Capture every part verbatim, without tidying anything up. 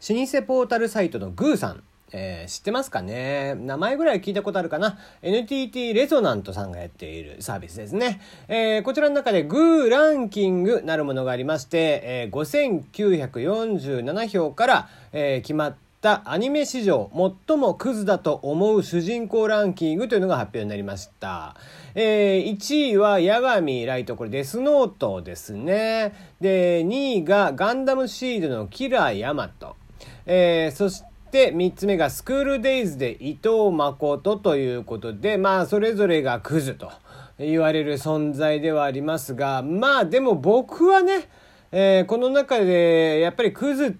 老舗ポータルサイトのグーさん、えー、知ってますかね。名前ぐらい聞いたことあるかな。 エヌティーティー レゾナントさんがやっているサービスですね。えー、こちらの中でグーランキングなるものがありまして、えー、ごせんきゅうひゃくよんじゅうななひょうから、えー、決まったアニメ史上最もクズだと思う主人公ランキングというのが発表になりました。えー、いちいは八神ライト、これデスノートですね。でにいがガンダムシードのキラーヤマト、えー、そしてみっつめがスクールデイズで伊藤誠ということで、まあそれぞれがクズと言われる存在ではありますが、まあでも僕はね、えー、この中でやっぱりクズって、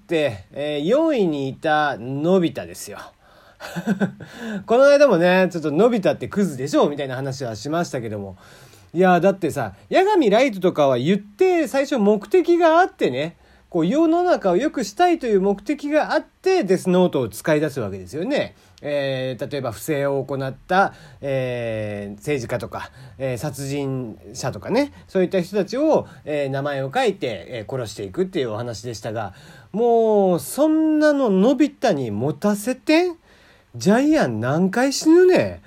えー、よんいにいたのび太ですよ。この間もねちょっとのび太ってクズでしょみたいな話はしましたけども、いやだってさ、八神ライトとかは言って最初目的があってね、こう世の中を良くしたいという目的があってデスノートを使い出すわけですよね。えー、例えば不正を行った、えー、政治家とか、えー、殺人者とかね、そういった人たちを、えー、名前を書いて、えー、殺していくっていうお話でしたが、もうそんなののび太に持たせてジャイアン何回死ぬね。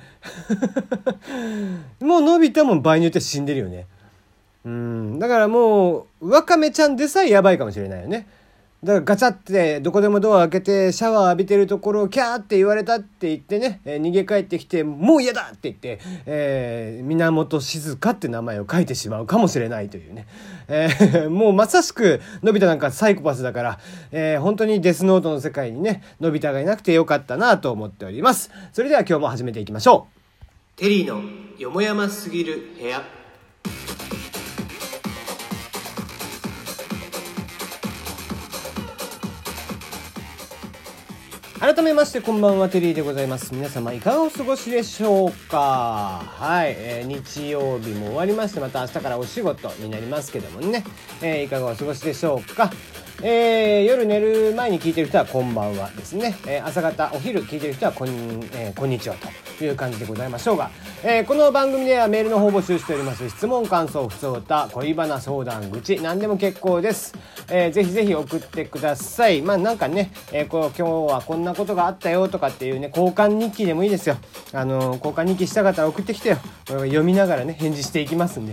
もうのび太も場合によって死んでるよね。うんだからもうワカメちゃんでさえやばいかもしれないよね。だからガチャってどこでもドア開けてシャワー浴びてるところをキャーって言われたって言ってね、えー、逃げ帰ってきてもう嫌だって言って、えー、源静香って名前を書いてしまうかもしれないというね、えー、もうまさしくのび太なんかサイコパスだから、えー、本当にデスノートの世界にねのび太がいなくてよかったなと思っております。それでは今日も始めていきましょう。テリーのよもやますぎる部屋。改めましてこんばんは、テリーでございます。皆様いかがお過ごしでしょうか。はい、えー、日曜日も終わりまして、また明日からお仕事になりますけどもね、えー、いかがお過ごしでしょうか。えー、夜寝る前に聞いてる人はこんばんはですね、えー、朝方お昼聞いてる人はこん、えー、こんにちはという感じでございましょうが、えー、この番組ではメールの方募集しております。質問感想ふつおた恋バナ相談愚痴何でも結構です。えー、ぜひぜひ送ってください。まあなんかね、えー、こう今日はこんなことがあったよとかっていうね、交換日記でもいいですよ。あのー、交換日記したかったら送ってきてよ。読みながらね返事していきますんで。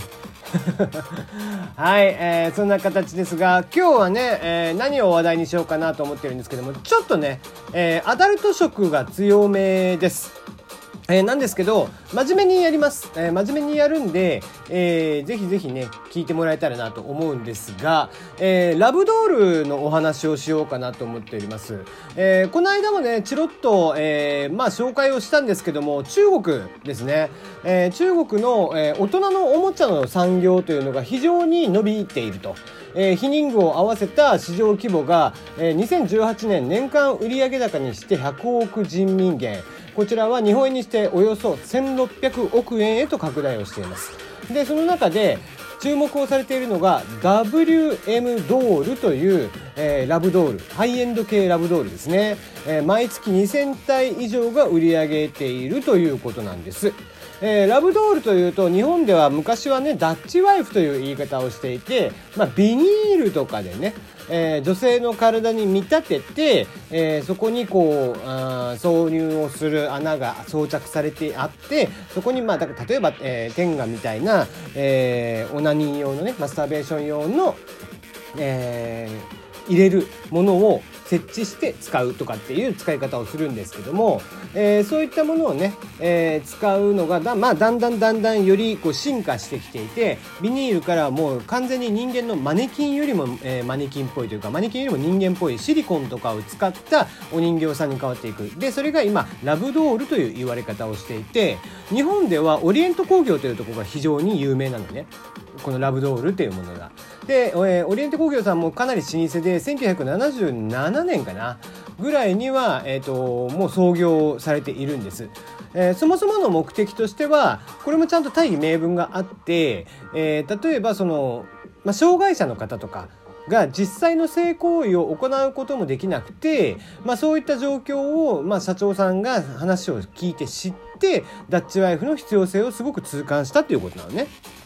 はい、えー、そんな形ですが、今日はね、えー、何を話題にしようかなと思ってるんですけども、ちょっとね、えー、アダルト色が強めです。えー、なんですけど真面目にやります、えー、真面目にやるんで、えー、ぜひぜひね聞いてもらえたらなと思うんですが、えー、ラブドールのお話をしようかなと思っております。えー、この間もねチロッと、えー、まあ紹介をしたんですけども、中国ですね、えー、中国の、えー、大人のおもちゃの産業というのが非常に伸びていると。えー、避妊具を合わせた市場規模が、えー、にせんじゅうはちねん年間売上高にしてひゃくおく人民元、こちらは日本円にしておよそせんろっぴゃくおくえんへと拡大をしています。でその中で注目をされているのが ダブリューエム ドールという、えー、ラブドール、ハイエンド系ラブドールですね。えー、毎月にせんたい以上が売り上げているということなんです。えー、ラブドールというと日本では昔はねダッチワイフという言い方をしていて、まあ、ビニールとかでね、えー、女性の体に見立てて、えー、そこにこうあ挿入をする穴が装着されてあって、そこにまあだから例えば、えー、天下みたいな、えー、オナニー用のねマスターベーション用の、えー、入れるものを設置して使うとかっていう使い方をするんですけども、えー、そういったものをね、えー、使うのがだ、まあ、だんだんだんだんよりこう進化してきていて、ビニールからはもう完全に人間のマネキンよりも、えー、マネキンっぽいというかマネキンよりも人間っぽいシリコンとかを使ったお人形さんに変わっていく。でそれが今ラブドールという言われ方をしていて、日本ではオリエント工業というところが非常に有名なのね、このラブドールというものが。で、えー、オリエント工業さんもかなり老舗でせんきゅうひゃくななじゅうななねんかなぐらいには、えーと、もう創業されているんです。えー、そもそもの目的としてはこれもちゃんと大義名分があって、えー、例えばその、まあ、障害者の方とかが実際の性行為を行うこともできなくて、まあ、そういった状況を、まあ、社長さんが話を聞いて知ってダッチワイフの必要性をすごく痛感したということなのね。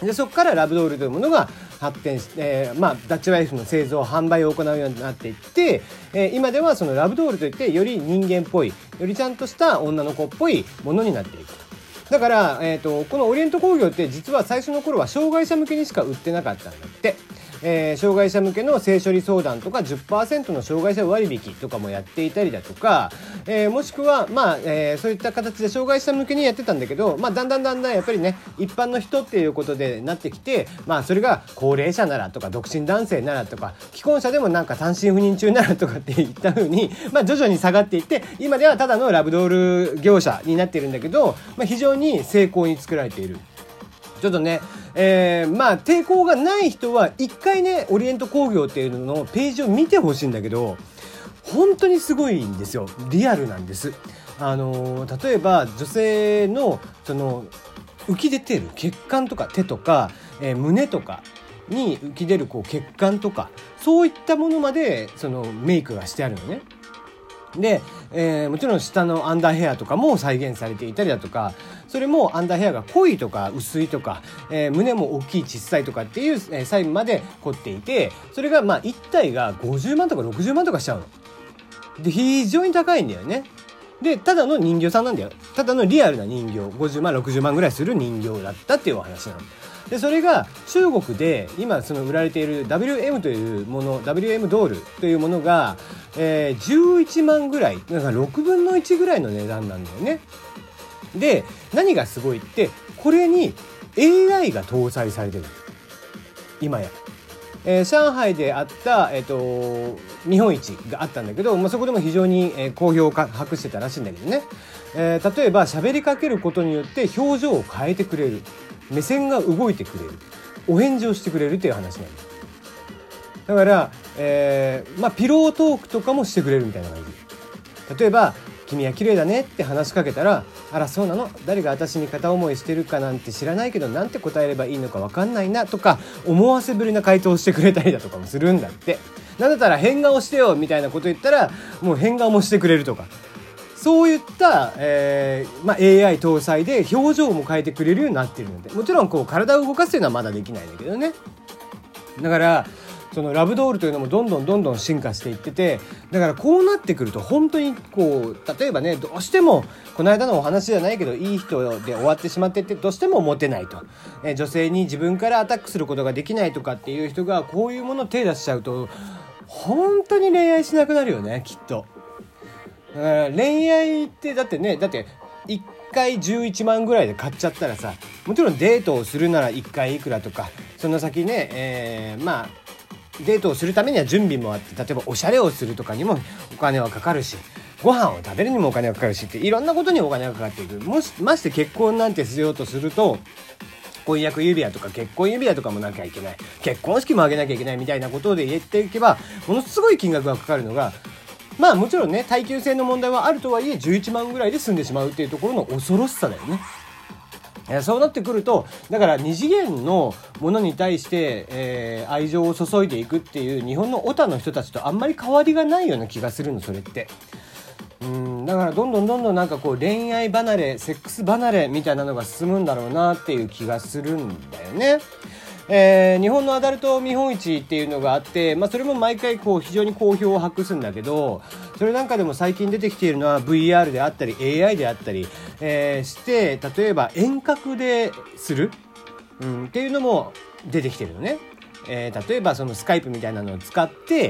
でそこからラブドールというものが発展して、えーまあ、ダッチワイフの製造販売を行うようになっていって、えー、今ではそのラブドールといってより人間っぽい、よりちゃんとした女の子っぽいものになっていく。だから、えーと、このオリエント工業って実は最初の頃は障害者向けにしか売ってなかったんだって。えー、障害者向けの性処理相談とか じゅっパーセント の障害者割引とかもやっていたりだとか、えー、もしくは、まあえー、そういった形で障害者向けにやってたんだけど、まあ、だんだんだんだんやっぱりね一般の人っていうことでなってきて、まあ、それが高齢者ならとか独身男性ならとか既婚者でもなんか単身赴任中ならとかっていった風に、まあ、徐々に下がっていって今ではただのラブドール業者になっているんだけど、まあ、非常に精巧に作られている。ちょっとね、えー、まあ抵抗がない人は一回ねオリエント工業っていうののページを見てほしいんだけど、本当にすごいんですよ。リアルなんです。あのー、例えば女性のその浮き出てる血管とか手とか、えー、胸とかに浮き出るこう血管とかそういったものまでそのメイクがしてあるのね。で、えー、もちろん下のアンダーヘアとかも再現されていたりだとか、それもアンダーヘアが濃いとか薄いとか、えー、胸も大きい小さいとかっていう、えー、細部まで凝っていて、それがまあいち体がごじゅうまんとかろくじゅうまんとかしちゃうので、非常に高いんだよね。でただの人形さんなんだよ。ただのリアルな人形、ごじゅうまんろくじゅうまんぐらいする人形だったっていうお話なので、それが中国で今その売られている ダブリューエム というもの ダブリューエム ドールというものが、えー、じゅういちまんぐらい、だからろくぶんのいちぐらいの値段なんだよね。で何がすごいってこれに エーアイ が搭載されてる今や。えー、上海であった、えー、と見本市があったんだけど、まあ、そこでも非常に、えー、好評を博してたらしいんだけどね、えー、例えば喋りかけることによって表情を変えてくれる、目線が動いてくれる、お返事をしてくれるっていう話なんです。だから、えーまあ、ピロートークとかもしてくれるみたいな感じ。例えば君は綺麗だねって話しかけたら、あらそうなの、誰が私に片思いしてるかなんて知らないけどなんて答えればいいのか分かんないなとか思わせぶりな回答をしてくれたりだとかもするんだって。なんだったら変顔してよみたいなこと言ったらもう変顔もしてくれるとか、そういった、えーまあ、エーアイ 搭載で表情も変えてくれるようになっているので、もちろんこう体を動かすというのはまだできないんだけどね。だからそのラブドールというのもどんどんどんどん進化していってて、だからこうなってくると本当にこう例えばね、どうしてもこの間のお話じゃないけどいい人で終わってしまってってどうしてもモテないと、えー、女性に自分からアタックすることができないとかっていう人がこういうものを手出しちゃうと本当に恋愛しなくなるよね、きっと。だから恋愛ってだってね、だっていっかいじゅういちまんぐらいで買っちゃったらさ、もちろんデートをするならいっかいいくらとか、その先ね、えー、まあデートをするためには準備もあって、例えばおしゃれをするとかにもお金はかかるし、ご飯を食べるにもお金がかかるしっていろんなことにお金がかかっていく。もしまして結婚なんてしようとすると婚約指輪とか結婚指輪とかもなきゃいけない、結婚式もあげなきゃいけないみたいなことで言っていけばものすごい金額がかかるのが、まあもちろんね耐久性の問題はあるとはいえじゅういちまんぐらいで済んでしまうっていうところの恐ろしさだよね。そうなってくると、だから二次元のものに対して、えー、愛情を注いでいくっていう日本のオタの人たちとあんまり変わりがないような気がするの、それって。うんだからどんどんどんどんなんかこう恋愛離れ、セックス離れみたいなのが進むんだろうなっていう気がするんだよね。えー、日本のアダルト見本市っていうのがあって、まあ、それも毎回こう非常に好評を博すんだけど、それなんかでも最近出てきているのは ブイアール であったり エーアイ であったり、えー、して例えば遠隔でする、うん、っていうのも出てきてるのね。えー、例えばそのスカイプみたいなのを使って、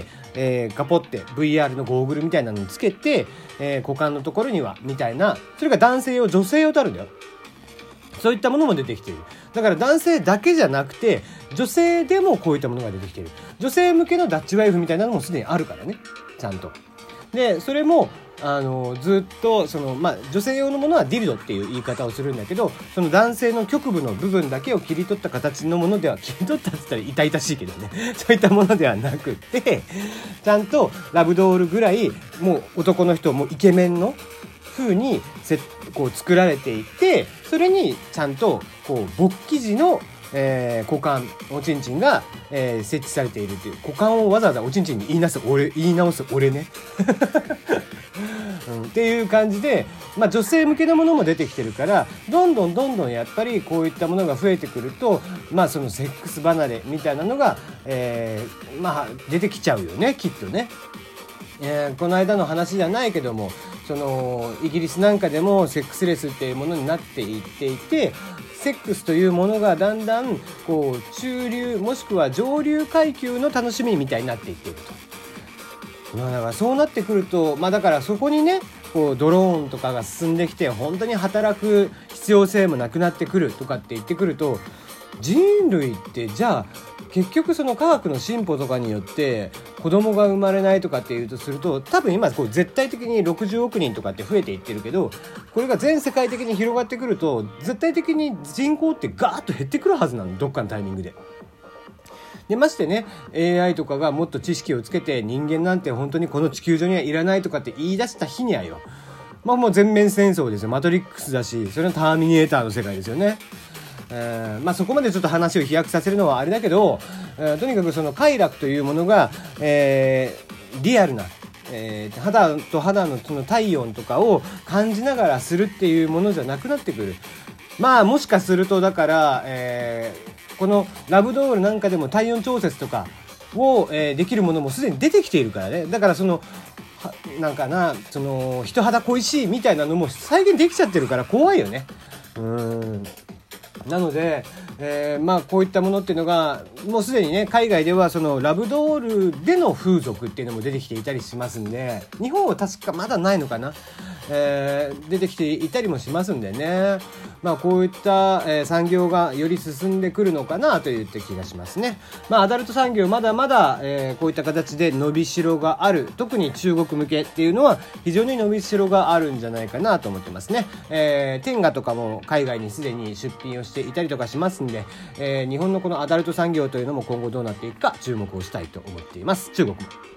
えー、ガポって ブイアール のゴーグルみたいなのをつけて、えー、股間のところにはみたいな、それが男性用女性用とあるんだよ。そういったものも出てきている。だから男性だけじゃなくて女性でもこういったものが出てきている。女性向けのダッチワイフみたいなのもすでにあるからね、ちゃんと。でそれもあのずっとその、まあ、女性用のものはディルドっていう言い方をするんだけど、その男性の局部の部分だけを切り取った形のものでは、切り取ったって言ったら痛々しいけどねそういったものではなくて、ちゃんとラブドールぐらいもう男の人もイケメンの風にせこう作られていて、それにちゃんとこう勃起時の、えー、股間おちんちんが、えー、設置されているという。股間をわざわざおちんちんに言い直す俺言い直す俺ねうん、っていう感じで、まあ、女性向けのものも出てきてるからどんどんどんどんやっぱりこういったものが増えてくると、まあ、そのセックス離れみたいなのが、えー、まあ出てきちゃうよねきっとね。えー、この間の話じゃないけどもそのイギリスなんかでもセックスレスっていうものになっていっていてセックスというものがだんだんこう中流もしくは上流階級の楽しみみたいになっていっていると。まあ、だからそうなってくると、まあ、だからそこにねこうドローンとかが進んできて本当に働く必要性もなくなってくるとかって言ってくると人類ってじゃあ結局その科学の進歩とかによって子供が生まれないとかっていうとすると多分今こう絶対的にろくじゅうおくにんとかって増えていってるけどこれが全世界的に広がってくると絶対的に人口ってガーッと減ってくるはずなのどっかのタイミングで。でましてね エーアイ とかがもっと知識をつけて人間なんて本当にこの地球上にはいらないとかって言い出した日にはよまあもう全面戦争ですよ。マトリックスだしそれのターミネーターの世界ですよね。えーまあ、そこまでちょっと話を飛躍させるのはあれだけど、えー、とにかくその快楽というものが、えー、リアルな、えー、肌と肌のその体温とかを感じながらするっていうものじゃなくなってくる。まあもしかするとだから、えー、このラブドールなんかでも体温調節とかを、えー、できるものもすでに出てきているからね。だからそのなんかなその人肌恋しいみたいなのも再現できちゃってるから怖いよね。うーんなので、えー、まあこういったものっていうのがもうすでにね海外ではそのラブドールでの風俗っていうのも出てきていたりしますんで日本は確かまだないのかな、えー、出てきていたりもしますんでねまあこういった、えー、産業がより進んでくるのかなといった気がしますね。まあアダルト産業まだまだ、えー、こういった形で伸びしろがある特に中国向けっていうのは非常に伸びしろがあるんじゃないかなと思ってますね。えー、テンガとかも海外にすでに出品をしていたりとかしますんで、えー、日本のこのアダルト産業というのも今後どうなっていくか注目をしたいと思っています。中国も